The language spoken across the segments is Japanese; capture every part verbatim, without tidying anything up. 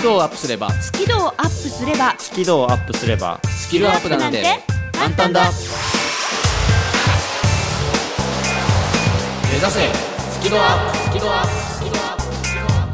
キ度をアップすればスキルをアップすればスキルをアップすればスキルアップなんて簡単だ。目指せスキルアップスキルアップスキルアップスキルアッ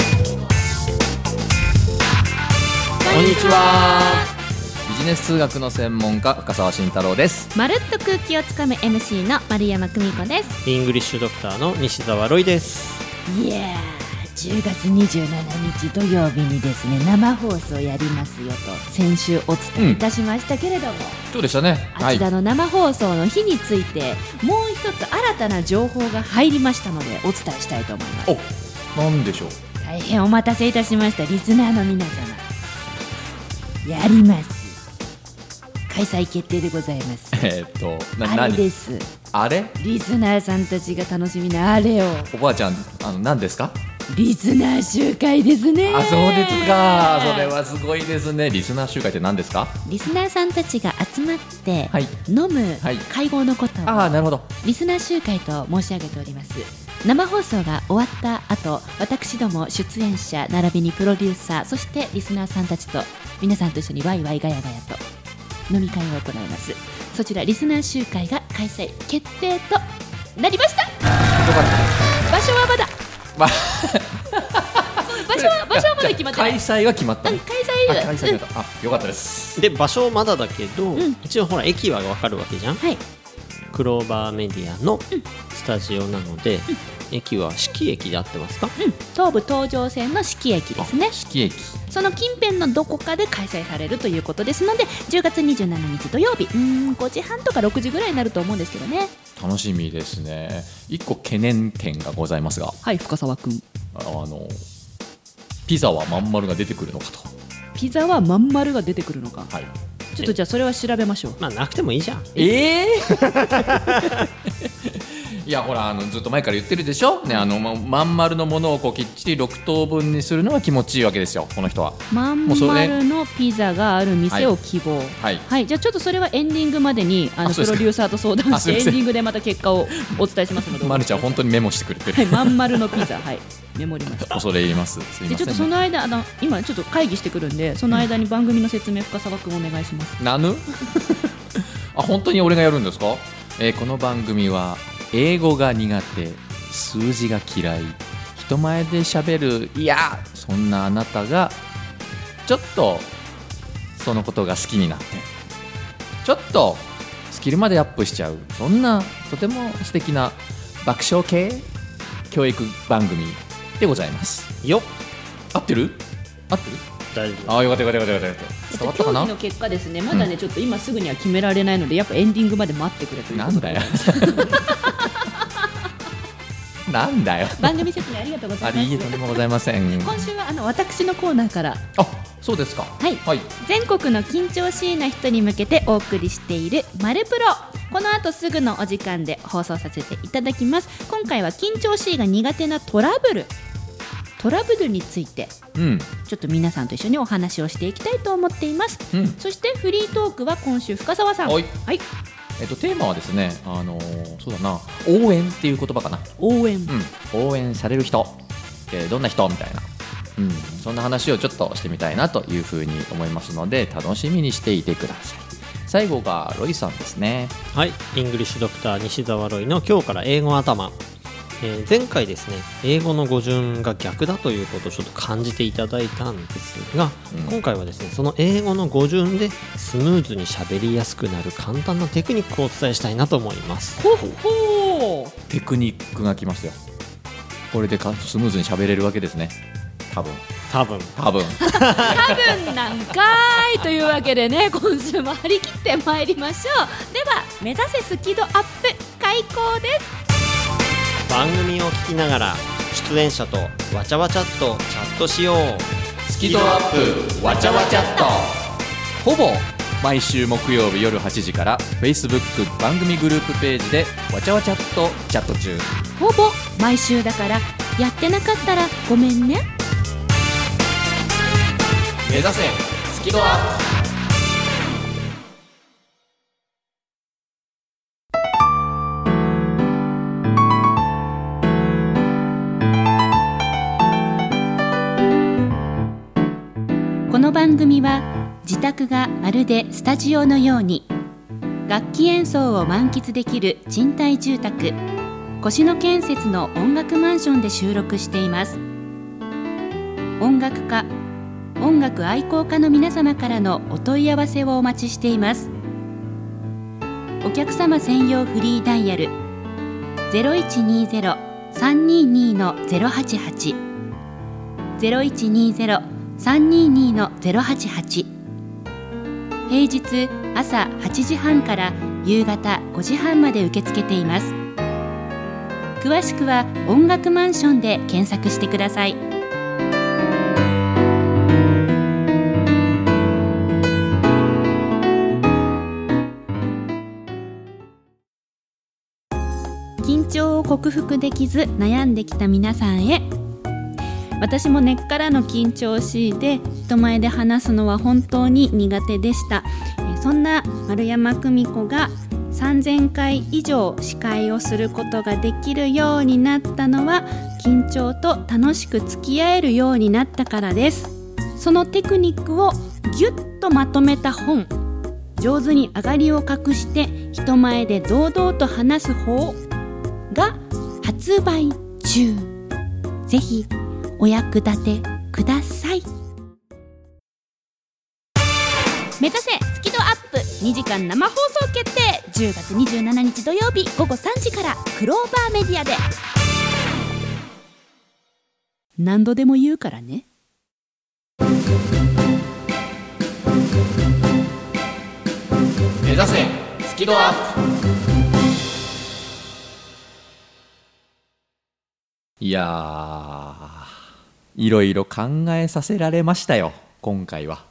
プ。こんにちは。ビジネス数学の専門家深澤慎太郎です。 まるっと空気をつかむ エムシー の丸山久美子です。 イングリッシュドクターの西澤ロイです。 いやーじゅうがつにじゅうしちにち土曜日にですね生放送やりますよと先週お伝えいたしましたけれども、うん、 そうでしたね。 あちらの生放送の日について、はい、もう一つ新たな情報が入りましたのでお伝えしたいと思います。 お、なんでしょう。 大変お待たせいたしました。リスナーの皆様やります。開催決定でございます。 えー、っとなあれです。 あれリスナーさんたちが楽しみなあれを。 おばあちゃん、あの何ですか。 リスナー集会ですね。 あ、そうですか。それはすごいですね。リスナー集会って何ですか。 リスナーさんたちが集まって飲む会合のことを、 はい、あ、なるほど。 リスナー集会と申し上げております。生放送が終わった後、私ども出演者並びにプロデューサー、そしてリスナーさんたちと皆さんと一緒にワイワイガヤガヤと飲み会を行います。そちらリスナー集会が開催決定となりました。場所はまだま場所は場所はまだ決まってない。 開催は決まった。 開催は開催だ、うん、あ、よかったです。 で場所まだだけど、うん、一応ほら駅は分かるわけじゃん、 はい、 クローバーメディアのスタジオなので、うん、駅は四季駅で合ってますか。 うん、東武東上線の四季駅ですね。 四季駅、 その近辺のどこかで開催されるということですので、じゅうがつにじゅうしちにち土曜日、うーんごじはんとかろくじぐらいになると思うんですけどね。 楽しみですね。一個懸念点がございますが、 はい、深澤くん、 あのピザはまん丸が出てくるのかと。 ピザはまん丸が出てくるのか、 はい、 ちょっとじゃあそれは調べましょう。 まあなくてもいいじゃん。 えーいやほら、あのずっと前から言ってるでしょ、ね、あのまん丸のものをこうきっちりろくとうぶんにするのが気持ちいいわけですよ、この人は。 まん丸のピザがある店を希望、はいはいはい、じゃあちょっとそれはエンディングまでにあのプロデューサーと相談してエンディングでまた結果をお伝えしますのでまるちゃん本当にメモしてくれてる、 はい、まん丸のピザ、はい、メモりました。 恐れ入ります。すいません、ね、 でちょっとその間あの今ちょっと会議してくるんで、その間に番組の説明深澤くんお願いします。 なぬあ、本当に俺がやるんですか。えー、この番組は英語が苦手、数字が嫌い、人前で喋る、いやそんなあなたがちょっとそのことが好きになって、ちょっとスキルまでアップしちゃう、そんなとても素敵な爆笑系教育番組でございますよ。合ってる合ってる大丈夫。 あ、よかったよかったよかったよかった。伝わったかな。 協議の結果ですね、まだね、うん、ちょっと今すぐには決められないので、やっぱエンディングまで待ってくれということで。なんだよなんだよ。 番組説明ありがとうございます。 ありがとうございません。 今週はあの私のコーナーから、 あ、そうですか。 はい、はい、全国の緊張しいな人に向けてお送りしているマルプロ、この後すぐのお時間で放送させていただきます。今回は緊張しいが苦手なトラブルトラブルについて、うん、ちょっと皆さんと一緒にお話をしていきたいと思っています、うん、そしてフリートークは今週深澤さん。はい、はい、 えっと、テーマはですね、あのー、そうだな、応援っていう言葉かな。 応援、 うん、応援される人、えー、どんな人みたいな、うん、そんな話をちょっとしてみたいなというふうに思いますので、楽しみにしていてください。最後がロイさんですね。 はい、イングリッシュドクター西澤ロイの今日から英語頭。えー、前回ですね、英語の語順が逆だということをちょっと感じていただいたんですが、うん、今回はですね、その英語の語順でスムーズに喋りやすくなる簡単なテクニックをお伝えしたいなと思います。 ほほー、 テクニックがきますよ。これでかスムーズに喋れるわけですね。多分多分多分多分なんかーいというわけでね、今週も張り切ってまいりましょう。では目指せスキドアップ開講です。 番組を聞きながら出演者とわちゃわちゃっとチャットしよう。 スキドアップわちゃわちゃっと、ほぼ毎週木曜日夜はちじから Facebook 番組グループページでわちゃわちゃっとチャット中。 ほぼ毎週だからやってなかったらごめんね。 目指せスキドアップ。 番組は自宅がまるでスタジオのように楽器演奏を満喫できる賃貸住宅越野建設の音楽マンションで収録しています。音楽家、音楽愛好家の皆様からのお問い合わせをお待ちしています。お客様専用フリーダイヤル ゼロいちにーゼロ さんにーにー の ゼロはちはち ゼロいちにーゼロ さんにーにー の ゼロはちはち。平日朝はちじはんから夕方ごじはんまで受け付けています。詳しくは音楽マンションで検索してください。緊張を克服できず悩んできた皆さんへ、私も根っからの緊張しいで人前で話すのは本当に苦手でした。そんな丸山久美子がさんぜんかい以上司会をすることができるようになったのは緊張と楽しく付き合えるようになったからです。そのテクニックをぎゅっとまとめた本、上手に上がりを隠して人前で堂々と話す方が発売中。ぜひお役立てください。目指せスキドアップにじかん生放送決定。じゅうがつにじゅうしちにち土曜日ごごさんじからクローバーメディアで。何度でも言うからね。 目指せスキドアップ。いやー、いろいろ考えさせられましたよ今回は。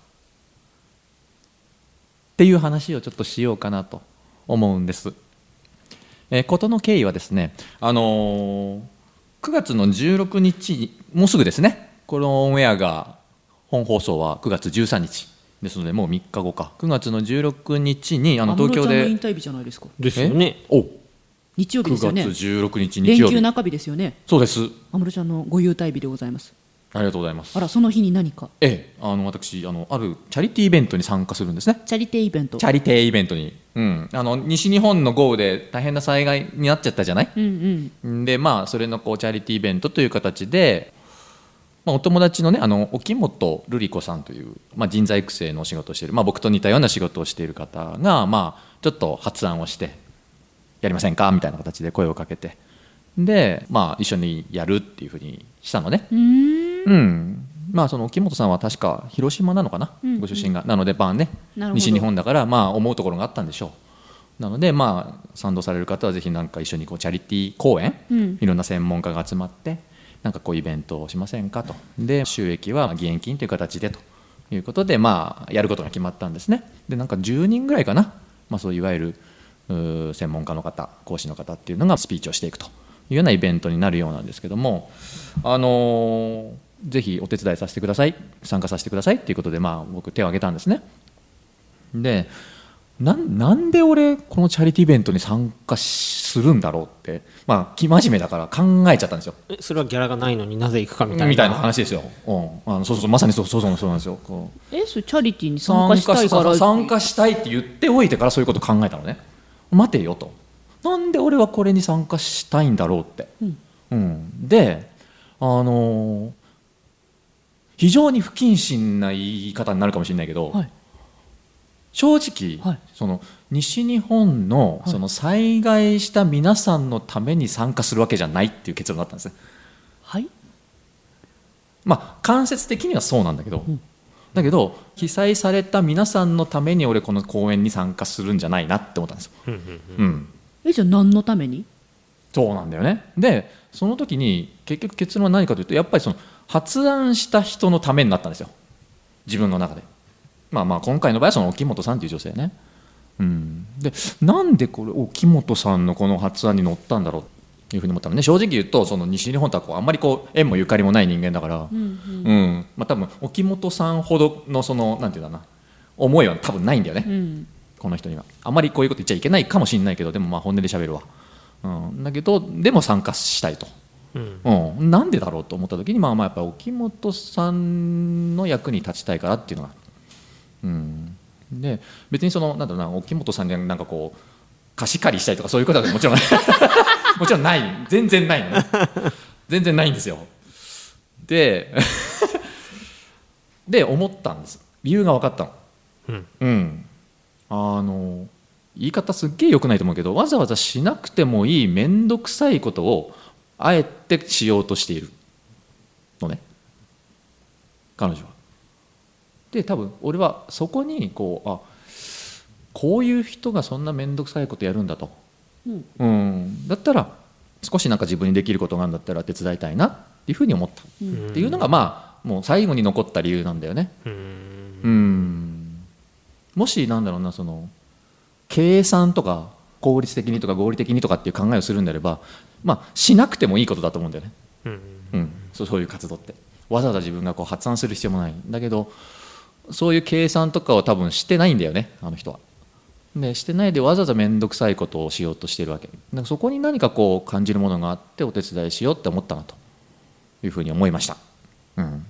っていう話をちょっとしようかなと思うんです。えー、事の経緯はですね、あのー、くがつのじゅうろくにち、もうすぐですね。このオンエアが本放送はくがつじゅうさんにちですので、もうみっかごか。くがつのじゅうろくにちにあの東京で安室ちゃんの引退日じゃないですか。 ですよね。 お日曜日ですよね。 くがつじゅうろくにち日曜日。 連休中日ですよね。 そうです。 安室ちゃんのご優待日でございます。 ありがとうございます。 あら、その日に何か。 ええ、あの私あのあるチャリティーイベントに参加するんですね。 チャリティーイベント。 チャリティーイベントに、うん、あの西日本の豪雨で大変な災害になっちゃったじゃない。 うんうん。 でまあそれのこうチャリティーイベントという形で、まあ、お友達のねあの沖本瑠璃子さんという、まあ、人材育成のお仕事をしている、まあ、僕と似たような仕事をしている方が、まあ、ちょっと発案をしてやりませんかみたいな形で声をかけて、で、まあ、一緒にやるっていうふうにしたのね。 うーん。 うんまあ、その沖本さんは確か広島なのかな、 うんうん、 ご出身がなので、バーンね、 なるほど。 西日本だから、まあ、思うところがあったんでしょう。なので、まあ、賛同される方はぜひなんか一緒にこうチャリティー公演、 うん、 いろんな専門家が集まってなんかこうイベントをしませんかと。で収益は義援金という形でということで、まあ、やることが決まったんですね。でなんかじゅうにんぐらいかな、まあ、そういわゆる専門家の方、講師の方っていうのがスピーチをしていくというようなイベントになるようなんですけども、あのーぜひお手伝いさせてください、参加させてくださいということで、まあ、僕手を挙げたんですね。で な, なんで俺このチャリティーイベントに参加するんだろうって、まあ、生真面目だから考えちゃったんですよ。 えそれはギャラがないのになぜ行くかみたいなみたいな話ですよ、うん、あのそうそうまさにそうそうそうそうなんですよ。こうえそれチャリティーに参加したいから参加したいって言っておいてからそういうこと考えたのね。待てよと、なんで俺はこれに参加したいんだろうって、 うんうん、であのー非常に不謹慎な言い方になるかもしれないけど、 はい、 正直、 はい、 その西日本 の, その災害した皆さんのために参加するわけじゃないっていう結論だったんですね。 はい、 まあ間接的にはそうなんだけど、 うん、 だけど被災された皆さんのために俺この講演に参加するんじゃないなって思ったんですよ。 うんうんうん、 えじゃあ何のために。 そうなんだよね。でその時に結局結論は何かというと、やっぱりその発案した人のためになったんですよ、自分の中で。まあまあ今回の場合はその沖本さんという女性ね、うん、でなんでこれ沖本さんのこの発案に乗ったんだろうというふうに思ったのね。正直言うとその西日本とはこうあんまりこう縁もゆかりもない人間だから、 うんうんうんまあ、多分沖本さんほどのそのなんていうんだな思いは多分ないんだよね、 うん、 この人には。あんまりこういうこと言っちゃいけないかもしれないけど、でもまあ本音で喋るわ、うん、だけどでも参加したいと、うんうん、なんでだろうと思った時に、まあまあやっぱり沖本さんの役に立ちたいからっていうのがうん、で別にそのなんだろうな沖本さんになんかこう貸し借りしたりとかそういうことはもちろんもちろんない全然ないのね全然ないんですよ。でで思ったんです。理由が分かったの。うん、うん、あの言い方すっげえ良くないと思うけどわざわざしなくてもいい面倒くさいことをあえてしようとしているのね彼女は。で多分俺はそこにこうあこういう人がそんな面倒くさいことやるんだと、うんうん、だったら少しなんか自分にできることがあるんだったら手伝いたいなっていうふうに思った、うん、っていうのがまあもう最後に残った理由なんだよね。うんうんもしなんだろうなその計算とか効率的にとか合理的にとかっていう考えをするんであれば、まあ、しなくてもいいことだと思うんだよね、うんうん、そう、そういう活動ってわざわざ自分がこう発案する必要もないんだけどそういう計算とかを多分してないんだよねあの人は。でしてないでわざわざ面倒くさいことをしようとしているわけ。なんかそこに何かこう感じるものがあってお手伝いしようって思ったなというふうに思いました、うん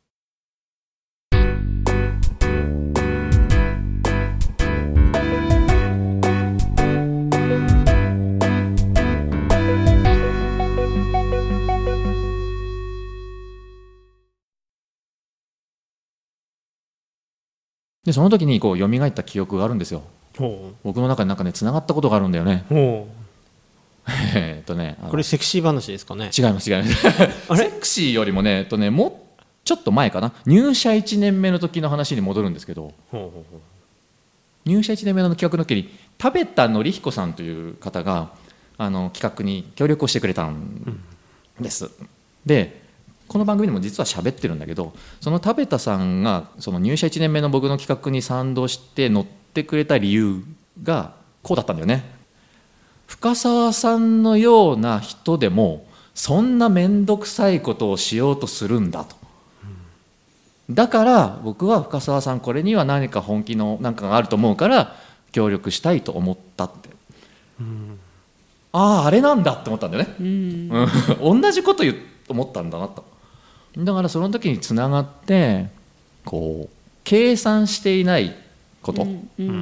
でその時にこう蘇った記憶があるんですよ。僕の中になんかねつながったことがあるんだよね。えっとねこれセクシー話ですかね。 違います違いますあれセクシーよりもね、えっとねもうちょっと前かな入社いちねんめの時の話に戻るんですけどほうほうほう入社いちねんめの企画の時に食べたのりひこさんという方があの企画に協力をしてくれたんです、うん、でこの番組でも実は喋ってるんだけどその食べたさんがその入社いちねんめの僕の企画に賛同して乗ってくれた理由がこうだったんだよね。深澤さんのような人でもそんな面倒くさいことをしようとするんだと。だから僕は深澤さんこれには何か本気の何かがあると思うから協力したいと思ったって、うん、あああれなんだって思ったんだよね、うん、同じこと言思ったんだなと。だからその時につながってこう計算していないこと、うんうんうん、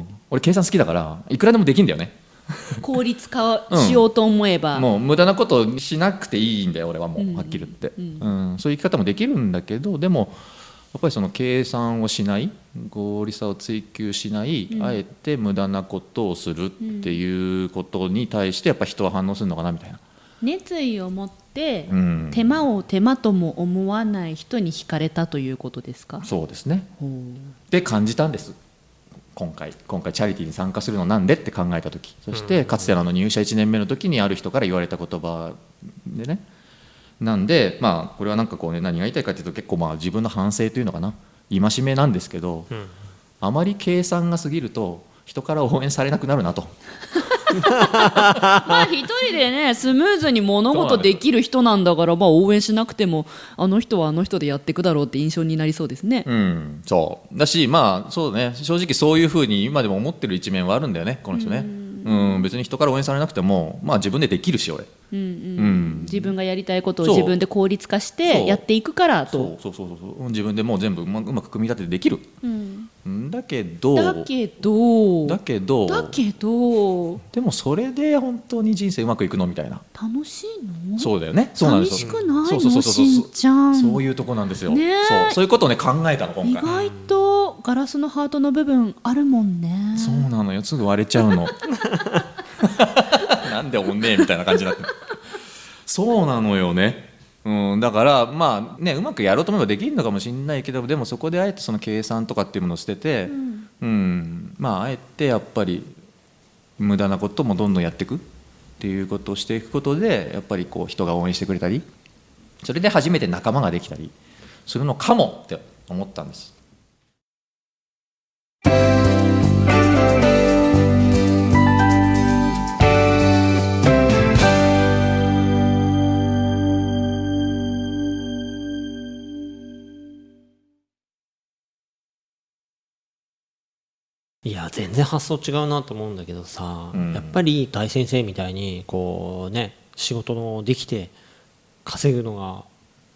俺計算好きだからいくらでもできるんだよね効率化しようと思えば、 うん、もう無駄なことしなくていいんだよ俺はもうはっきり言って、うんうんうん、そういう生き方もできるんだけどでもやっぱりその計算をしない合理さを追求しない、うん、あえて無駄なことをするっていうことに対してやっぱ人は反応するのかなみたいな熱意を持って手間を手間とも思わない人に惹かれたということですか。 そうですねで感じたんです今回今回チャリティーに参加するのなんでって考えた時そしてかつての入社いちねんめの時にある人から言われた言葉でねなんでまあこれはなんかこうね何が言いたいかというと結構まあ自分の反省というのかな戒めなんですけど、うん、あまり計算が過ぎると人から応援されなくなるなとまあ一人でねスムーズに物事できる人なんだからまあ応援しなくてもあの人はあの人でやっていくだろうって印象になりそうですね。うんそうだしまあそうね正直そういうふうに今でも思ってる一面はあるんだよねこの人ね。うん別に人から応援されなくてもまあ自分でできるし俺、うんうんうん、 自分がやりたいことを自分で効率化してやっていくからとそうそうそうそう自分でもう全部うまく組み立ててできる、うん、だけどだけどだけどだけどでもそれで本当に人生うまくいくのみたいな楽しいのそうだよねそうなんですよ寂しくないのしんちゃんそういうとこなんですよ、ね、そうそういうことをね考えたの今回意外とガラスのハートの部分あるもんね。 そうなのよすぐ割れちゃうのなんでおんねえみたいな感じになってそうなのよね、うん、だからまあねうまくやろうと思えばできるのかもしれないけどでもそこであえてその計算とかっていうものを捨てて、うんうん、まああえてやっぱり無駄なこともどんどんやっていくっていうことをしていくことでやっぱりこう人が応援してくれたりそれで初めて仲間ができたりするのかもって思ったんです。 いや全然発想違うなと思うんだけどさ、うん、やっぱり大先生みたいにこうね仕事のできて稼ぐのが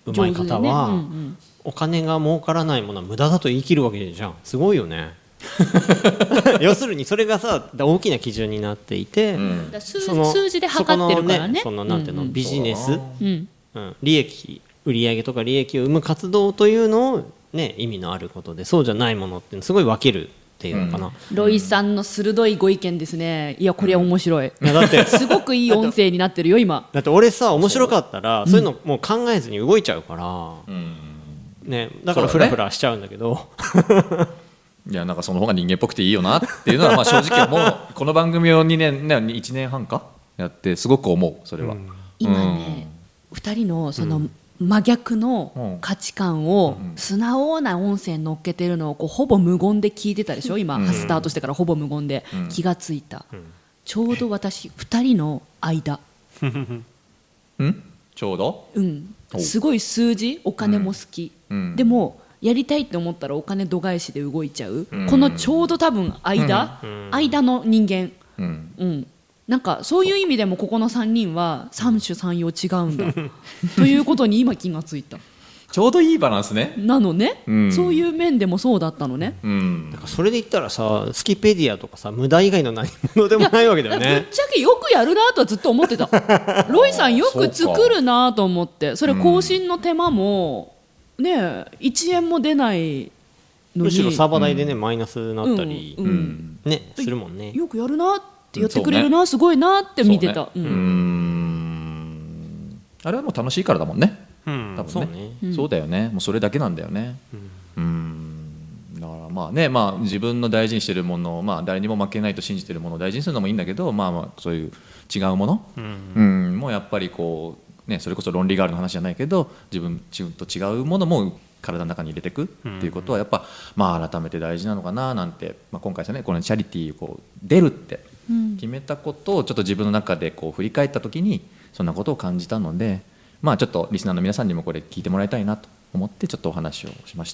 うまい方は、 上手でねうんうんお金が儲からないものは無駄だと言い切るわけじゃん。すごいよね要するにそれがさ大きな基準になっていて、 うんだから数その数字で測ってるからね。 そのなんていうの、 うんうんビジネス、 うんうん、利益売上とか利益を生む活動というのを、ね、意味のあることで、そうじゃないものっていうのすごい分けるっていうのかな、 ロイさんの鋭いご意見ですね。いやこれは面白い、 いやだってすごくいい音声になってるよ今。 だって俺さ面白かったらそういうのもう考えずに動いちゃうから、 うんね、だからフラフラしちゃうんだけど、 いやなんかその方が人間っぽくていいよなっていうのはまあ正直思うこの番組をにねんねいちねんはんかやってすごく思うそれは、 うん今ね、ふたりのその真逆の価値観を素直な音声に乗っけてるのをこうほぼ無言で聞いてたでしょ今、 うんスタートしてからほぼ無言でうん気がついた、 うんちょうど私ふたりの間、 うんちょうどうん、 おすごい数字お金も好き、 うんでもやりたいって思ったらお金度外視で動いちゃう、 うんこのちょうど多分間、 うん間の人間、 うんうん、なんかそういう意味でもここのさんにんは三種三様違うんだということに今気がついたちょうどいいバランスねなのね、 うんそういう面でもそうだったのね、 うんだからそれで言ったらさスキペディアとかさ無駄以外の何ものでもないわけだよぶっね。 ちゃけよくやるなとはずっと思ってたロイさんよく作るなと思ってそれ更新の手間もねいちえんも出ないのにむしろサーバー代でね、マイナスになったり、 うんうんね、するもんね。 よくやるなってやってくれるな、すごいなって見てた、 そうねううんんあれはもう楽しいからだもんねうん多分ねそうね。 うんそうだよねもうそれだけなんだよねうんうんだからまあねまあ自分の大事にしてるものをまあ誰にも負けないと信じてるものを大事にするのもいいんだけどまあまあそういう違うものうんうんもうやっぱりこうねそれこそ論理ガールの話じゃないけど自分自分と違うものも体の中に入れていくっていうことはやっぱまあ改めて大事なのかななんてまあ今回ですねこのチャリティーをこう出るってうん決めたことをちょっと自分の中でこう振り返った時にそんなことを感じたのでまあちょっとリスナーの皆さんにもこれ聞いてもらいたいなと思ってちょっとお話をしました。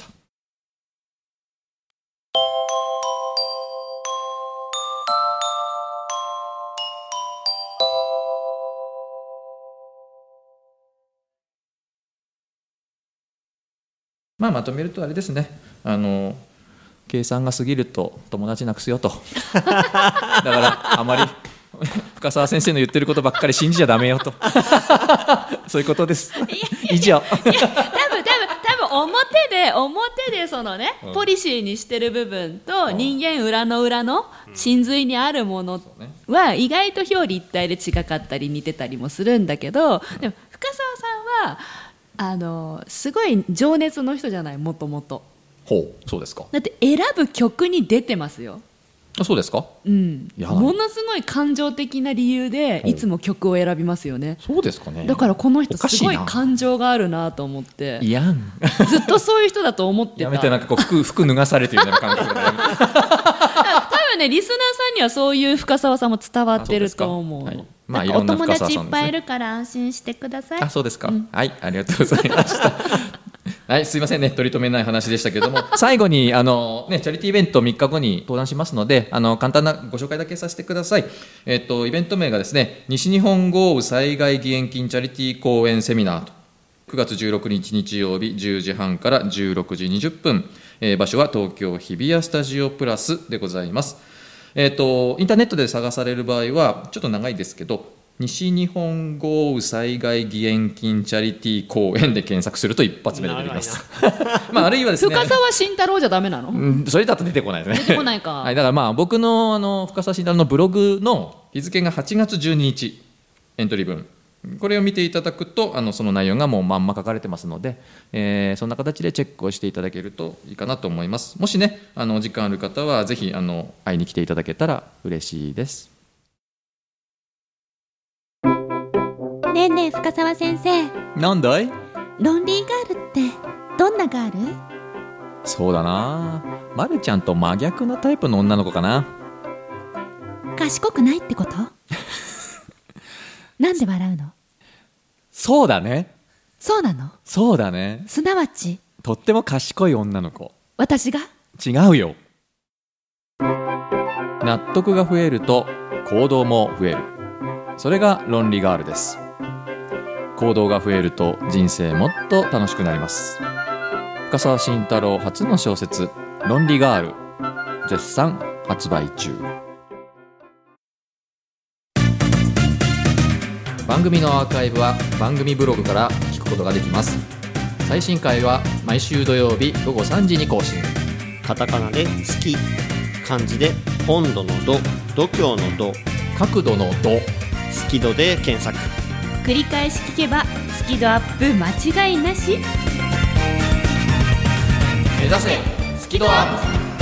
まあまとめるとあれですねあの計算が過ぎると友達なくすよとだからあまり深澤先生の言ってることばっかり信じちゃダメよとそういうことです以上多分多分多分表で表でそのね、 うんポリシーにしてる部分と人間裏の裏の真髄にあるものそうねは意外と表裏一体で違かったり似てたりもするんだけどでも深澤さんはあのすごい情熱の人じゃないもともとほうそうですかだって選ぶ曲に出てますよ、 あそうですかうん、 いやものすごい感情的な理由でほういつも曲を選びますよねそうですかねだからこの人すごいおかしいな感情があるなと思っていやんずっとそういう人だと思ってたやめてなんかこう服服脱がされてるような感覚が多分ねリスナーさんにはそういう深澤さんも伝わってると思うあそうですかはいまあ、 まあいろんなお友深澤さんですね達いっぱいいるから安心してくださいあそうですか、はいありがとうございましたはいすいませんね取り留めない話でしたけども最後にあの、ね、チャリティーイベントみっかごに登壇しますのであの簡単なご紹介だけさせてください、えっと、イベント名がですね西日本豪雨災害義援金チャリティー講演セミナーとくがつじゅうろくにち日曜日じゅうじはんからじゅうろくじにじゅっぷん、えー場所は東京日比谷スタジオプラスでございます。えーと、インターネットで探される場合はちょっと長いですけど西日本豪雨災害義援金チャリティー講演で検索すると一発目で出てきますまああるいはですね深澤慎太郎じゃダメなの、 うんそれだと出てこないですね出てこないか、 はい、だからまあ僕のあの深澤慎太郎のブログの日付がはちがつじゅうににちエントリー分これを見ていただくとあのその内容がもうまんま書かれてますので、えーそんな形でチェックをしていただけるといいかなと思います。もしねあのお時間ある方はぜひあの会いに来ていただけたら嬉しいです。 ねえねえ深澤先生、 なんだい？ ロンリーガールってどんなガール？ そうだな、まるちゃんと真逆なタイプの女の子かな。 賢くないってこと？なんで笑うの？ そうだねそうなの？ そうだねすなわちとっても賢い女の子。 私が？ 違うよ。納得が増えると行動も増える。それが論理ガールです。 行動が増えると人生もっと楽しくなります。深沢慎太郎初の小説論理ガール、絶賛発売中。番組のアーカイブは番組ブログから聞くことができます。最新回は毎週土曜日午後さんじに更新。 カタカナで好き、漢字で温度の度、度胸の度、 角度の度、 好き度で検索。 繰り返し聞けばスキドアップ間違いなし。 目指せスキドアッ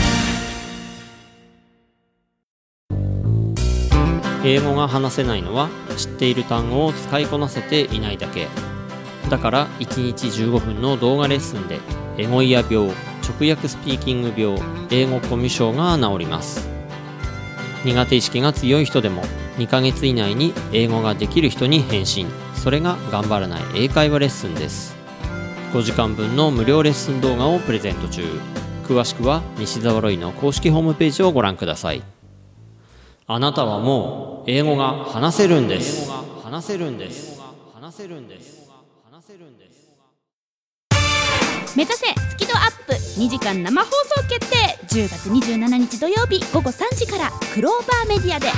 プ。英語が話せないのは知っている単語を使いこなせていないだけ。だからいちにちじゅうごふんの動画レッスンでエゴイヤ病、直訳スピーキング病、英語コミュ障が治ります。苦手意識が強い人でもにかげつ以内に英語ができる人に変身。それが頑張らない英会話レッスンです。ごじかんぶんの無料レッスン動画をプレゼント中。詳しくは西澤ロイの公式ホームページをご覧ください。あなたはもう英語が話せるんです。話せるんです。話せるんです。話せるんです。 目指せスキドアップにじかん生放送決定。じゅうがつにじゅうしちにち土曜日午後さんじからクローバーメディアで。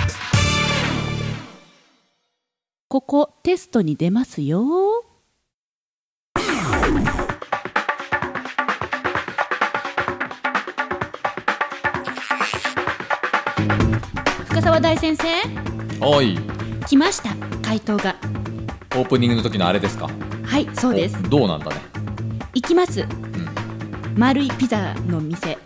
ここテストに出ますよ。 深沢大先生、 おい、 来ました。回答が。 オープニングの時のあれですか？ はい、そうです。 どうなんだね。 行きます、 うん、 丸いピザの店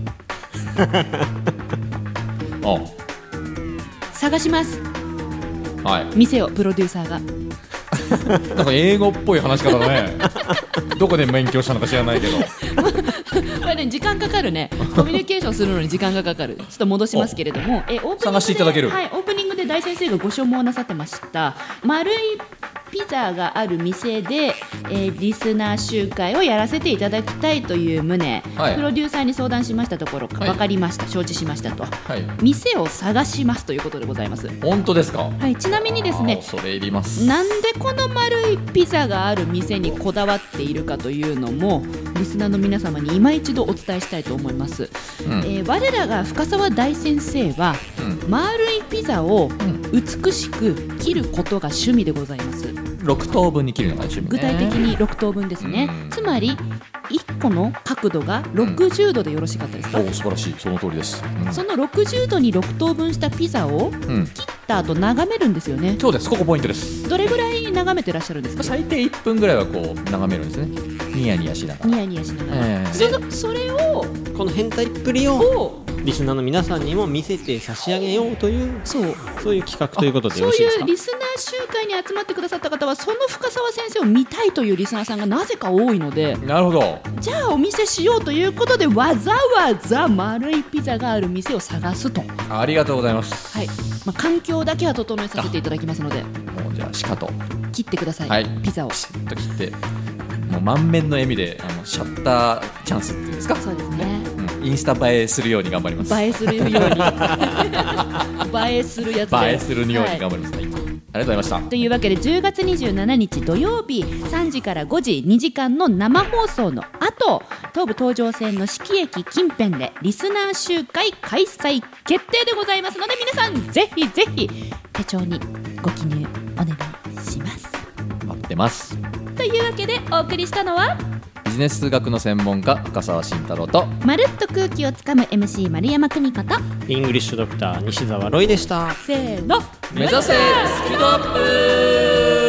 あ探します。 はい、 店をプロデューサーがなんか英語っぽい話し方だねどこで勉強したのか知らないけどこれね、時間かかるね。コミュニケーションするのに時間がかかる。ちょっと戻しますけれども、えオープニングで探していただける。 はい、オープニングで大先生がご所望なさってました丸いピザがある店で、えー、リスナー集会をやらせていただきたいという旨、はい、プロデューサーに相談しましたところ、はい、分かりました、承知しましたと、はい、店を探しますということでございます。 本当ですか？ はい、ちなみにですね、 それいります。 なんでこの丸いピザがある店にこだわっているかというのもリスナーの皆様に今一度お伝えしたいと思います、うんえー、我らが深沢大先生は、うん、丸いピザを美しく切ることが趣味でございます。 ろくとうぶんに切るのが趣味ね。 具体的にろくとうぶんですね、うん、つまりいっこの角度がろくじゅうどでよろしかったですか？ うん、お素晴らしい、その通りです、うん、 そのろくじゅうどにろくとうぶんしたピザを切った後眺めるんですよね、 うん、そうです、ここポイントです。 どれぐらい眺めてらっしゃるんですか？ 最低いっぷんぐらいはこう眺めるんですね。ニヤニヤしながらニヤニヤしながら、えー、そのそれをこの変態っぷりをリスナーの皆さんにも見せて差し上げようというそうそういう企画ということでよろしいですか？ そういうリスナー集会に集まってくださった方はその深沢先生を見たいというリスナーさんがなぜか多いので、 なるほど、 じゃあお見せしようということでわざわざ丸いピザがある店を探すと。 ありがとうございます、 はい、まあ、環境だけは整えさせていただきますので、 もうじゃあしかと切ってください、 はい、 ピザをしっと切ってもう満面の笑みであのシャッターチャンスっていうんですか？ そうですね、 うん、インスタ映えするように頑張ります。 映えするように映えするやつで映えするように頑張ります、はい、ありがとうございました。 というわけでじゅうがつにじゅうしちにち土曜日さんじからごじにじかんの生放送の後、東武東上線の四季駅近辺でリスナー集会開催決定でございますので、皆さんぜひぜひ手帳にご記入お願いします。 待ってます。 というわけでお送りしたのはビジネス数学の専門家深沢慎太郎とまるっと空気をつかむ エムシー 丸山久美子とイングリッシュドクター西澤ロイでした。 せーの、 目指せスキドアップ。